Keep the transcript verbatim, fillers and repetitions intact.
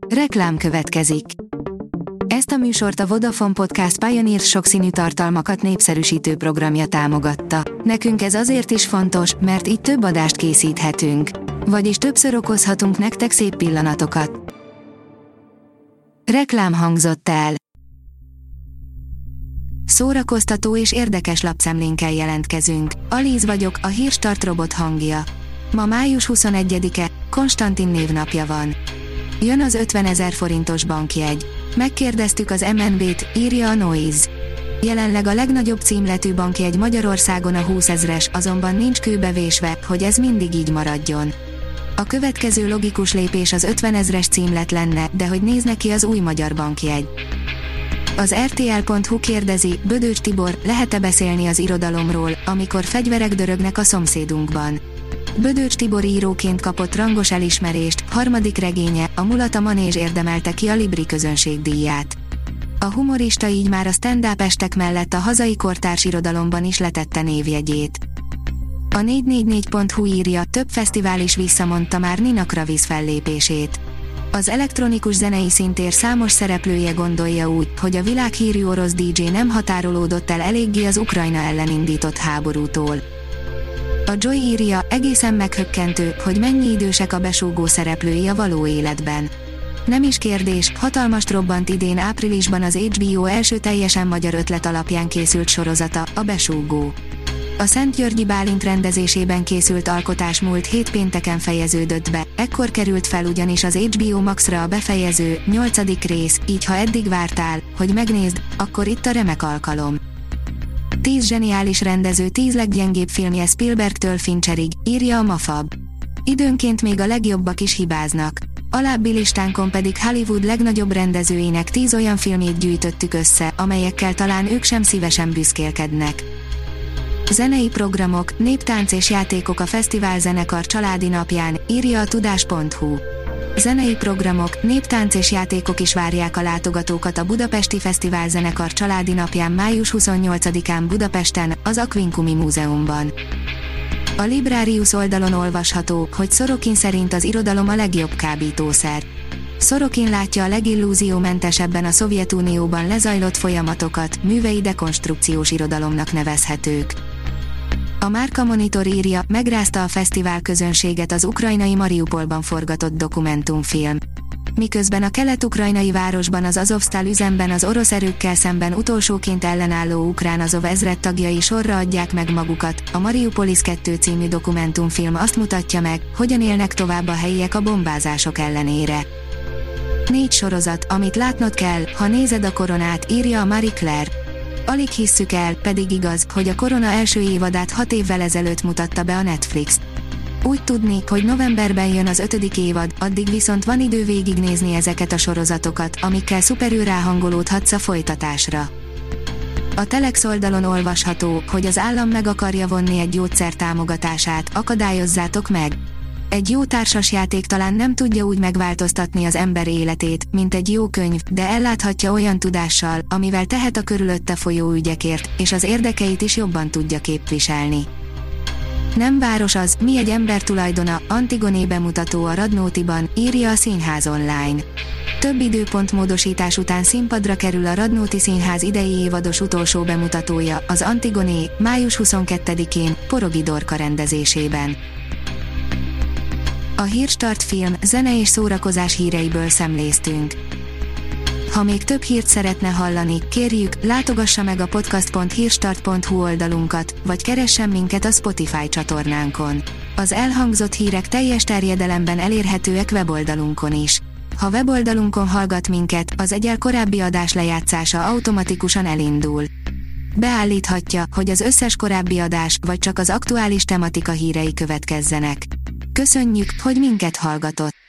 Reklám következik. Ezt a műsort a Vodafone Podcast Pioneer sokszínű tartalmakat népszerűsítő programja támogatta. Nekünk ez azért is fontos, mert így több adást készíthetünk. Vagyis többször okozhatunk nektek szép pillanatokat. Reklám hangzott el. Szórakoztató és érdekes lapszemlénkkel jelentkezünk. Alíz vagyok, a Hírstart robot hangja. Ma május huszonegyedike, Konstantin névnapja van. Jön az ötvenezer forintos bankjegy. Megkérdeztük az em en bé-t, írja a Noise. Jelenleg a legnagyobb címletű bankjegy Magyarországon a húszezres, azonban nincs kőbevésve, hogy ez mindig így maradjon. A következő logikus lépés az ötvenezres címlet lenne, de hogy néz neki az új magyar bankjegy? Az er té el pont hu kérdezi, Bödöcs Tibor, lehet-e beszélni az irodalomról, amikor fegyverek dörögnek a szomszédunkban? Bödöcs Tibor íróként kapott rangos elismerést, harmadik regénye, a Mulata Manés érdemelte ki a Libri közönségdíját. A humorista így már a stand-up estek mellett a hazai kortárs irodalomban is letette névjegyét. A négy négy négy pont hu írja, több fesztivál is visszamondta már Nina Kraviz fellépését. Az elektronikus zenei szintér számos szereplője gondolja úgy, hogy a világhírű orosz dé dzsé nem határolódott el eléggé az Ukrajna ellen indított háborútól. A Joy írja, egészen meghökkentő, hogy mennyi idősek a besúgó szereplői a való életben. Nem is kérdés, hatalmast robbant idén áprilisban az há bé o első teljesen magyar ötlet alapján készült sorozata, a Besúgó. A Szentgyörgyi Bálint rendezésében készült alkotás múlt hét pénteken fejeződött be, ekkor került fel ugyanis az há bé o Maxra a befejező, nyolcadik rész, így ha eddig vártál, hogy megnézd, akkor itt a remek alkalom. tíz zseniális rendező tíz leggyengébb filmje Spielbergtől Fincherig, írja a Mafab. Időnként még a legjobbak is hibáznak. Alábbi listánkon pedig Hollywood legnagyobb rendezőinek tíz olyan filmjét gyűjtöttük össze, amelyekkel talán ők sem szívesen büszkélkednek. Zenei programok, néptánc és játékok a Fesztivál Zenekar családi napján, írja a tudás pont hu. Zenei programok, néptánc és játékok is várják a látogatókat a Budapesti Fesztivál Zenekar családi napján május huszonnyolcadikán Budapesten, az Aquincumi Múzeumban. A Librarius oldalon olvasható, hogy Szorokin szerint az irodalom a legjobb kábítószer. Szorokin látja a legillúziómentesebben a Szovjetunióban lezajlott folyamatokat, művei dekonstrukciós irodalomnak nevezhetők. A Márka Monitor írja, megrázta a fesztivál közönséget az ukrajnai Mariupolban forgatott dokumentumfilm. Miközben a kelet-ukrajnai városban az Azovsztal üzemben az orosz erőkkel szemben utolsóként ellenálló ukrán Azov ezred tagjai sorra adják meg magukat, a Mariupolis kettő című dokumentumfilm azt mutatja meg, hogyan élnek tovább a helyiek a bombázások ellenére. Négy sorozat, amit látnod kell, ha nézed a Koronát, írja a Marie Claire. Alig hisszük el, pedig igaz, hogy a Korona első évadát hat évvel ezelőtt mutatta be a Netflix. Úgy tudni, hogy novemberben jön az ötödik évad, addig viszont van idő végignézni ezeket a sorozatokat, amikkel szuperül ráhangolódhatsz a folytatásra. A Telex oldalon olvasható, hogy az állam meg akarja vonni egy gyógyszer támogatását, akadályozzátok meg! Egy jó társasjáték talán nem tudja úgy megváltoztatni az ember életét, mint egy jó könyv, de elláthatja olyan tudással, amivel tehet a körülötte folyó ügyekért, és az érdekeit is jobban tudja képviselni. Nem város az, mi egy ember tulajdona, Antigoné bemutató a Radnótiban, írja a Színház online. Több időpontmódosítás után színpadra kerül a Radnóti Színház idei évados utolsó bemutatója, az Antigoné, május huszonkettedikén, Porogi Dorka rendezésében. A Hírstart film, zene és szórakozás híreiből szemléztünk. Ha még több hírt szeretne hallani, kérjük, látogassa meg a podcast pont hírstart pont hu oldalunkat, vagy keressen minket a Spotify csatornánkon. Az elhangzott hírek teljes terjedelemben elérhetőek weboldalunkon is. Ha weboldalunkon hallgat minket, az egyel korábbi adás lejátszása automatikusan elindul. Beállíthatja, hogy az összes korábbi adás, vagy csak az aktuális tematika hírei következzenek. Köszönjük, hogy minket hallgatott!